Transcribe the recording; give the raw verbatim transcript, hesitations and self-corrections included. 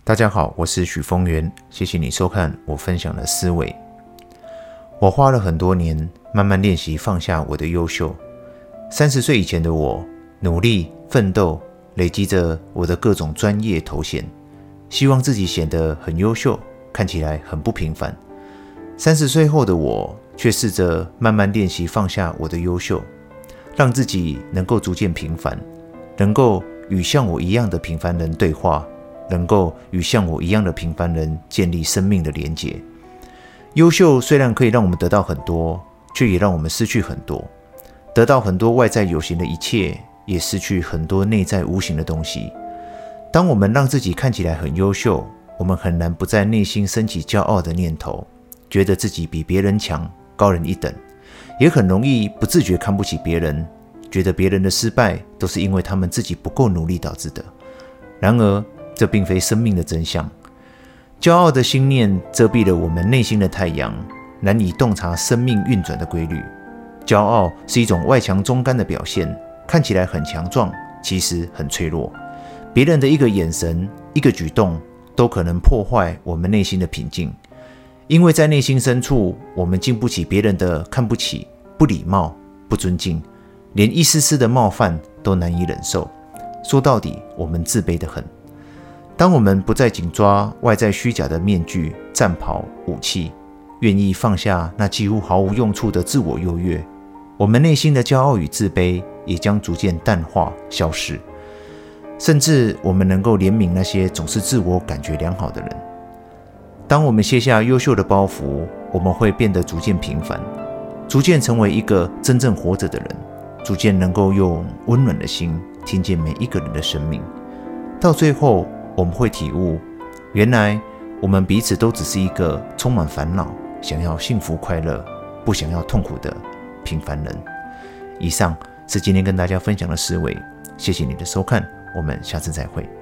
大家好，我是许峰源，谢谢你收看我分享的思维。我花了很多年慢慢练习放下我的优秀。三十岁以前的我，努力奋斗，累积着我的各种专业头衔，希望自己显得很优秀，看起来很不平凡。三十岁后的我，却试着慢慢练习放下我的优秀，让自己能够逐渐平凡，能够与像我一样的平凡人对话，能够与像我一样的平凡人建立生命的连结。优秀虽然可以让我们得到很多，却也让我们失去很多。得到很多外在有形的一切，也失去很多内在无形的东西。当我们让自己看起来很优秀，我们很难不在内心升起骄傲的念头，觉得自己比别人强，高人一等，也很容易不自觉看不起别人，觉得别人的失败都是因为他们自己不够努力导致的。然而这并非生命的真相。骄傲的心念遮蔽了我们内心的太阳，难以洞察生命运转的规律。骄傲是一种外强中干的表现，看起来很强壮，其实很脆弱。别人的一个眼神，一个举动，都可能破坏我们内心的平静。因为在内心深处，我们经不起别人的看不起、不礼貌、不尊敬，连一丝丝的冒犯都难以忍受。说到底，我们自卑得很。当我们不再紧抓外在虚假的面具、战袍、武器，愿意放下那几乎毫无用处的自我优越，我们内心的骄傲与自卑也将逐渐淡化、消失。甚至我们能够怜悯那些总是自我感觉良好的人。当我们卸下优秀的包袱，我们会变得逐渐平凡，逐渐成为一个真正活着的人，逐渐能够用温暖的心听见每一个人的生命。到最后，我们会体悟，原来我们彼此都只是一个充满烦恼，想要幸福快乐，不想要痛苦的平凡人。以上是今天跟大家分享的思维，谢谢你的收看，我们下次再会。